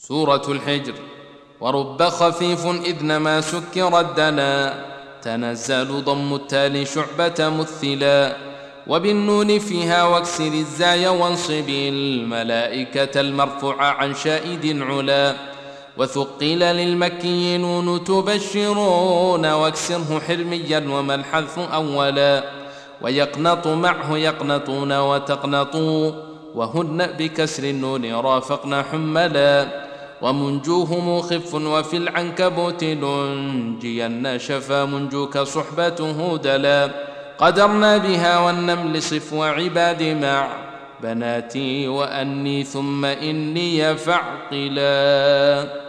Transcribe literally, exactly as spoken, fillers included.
سورة الحجر. ورب خفيف إذ نما سكر الدنا، تنزل ضم التالي شعبة مثلا، وبالنون فيها واكسر الزاي وانصب الملائكة المرفوع عن شائد علا، وثقل للمكي نون تبشرون واكسره حرميا وما الحذف أولا، ويقنط معه يقنطون وتقنطوا، وهن بكسر النون رافقن حملا، ومنجوه مخف وفي العنكبوت ننجين شفا منجوك صحبته دلا، قدرنا بها والنمل صف وعباد مع بناتي وأني ثم إني فاعقلا.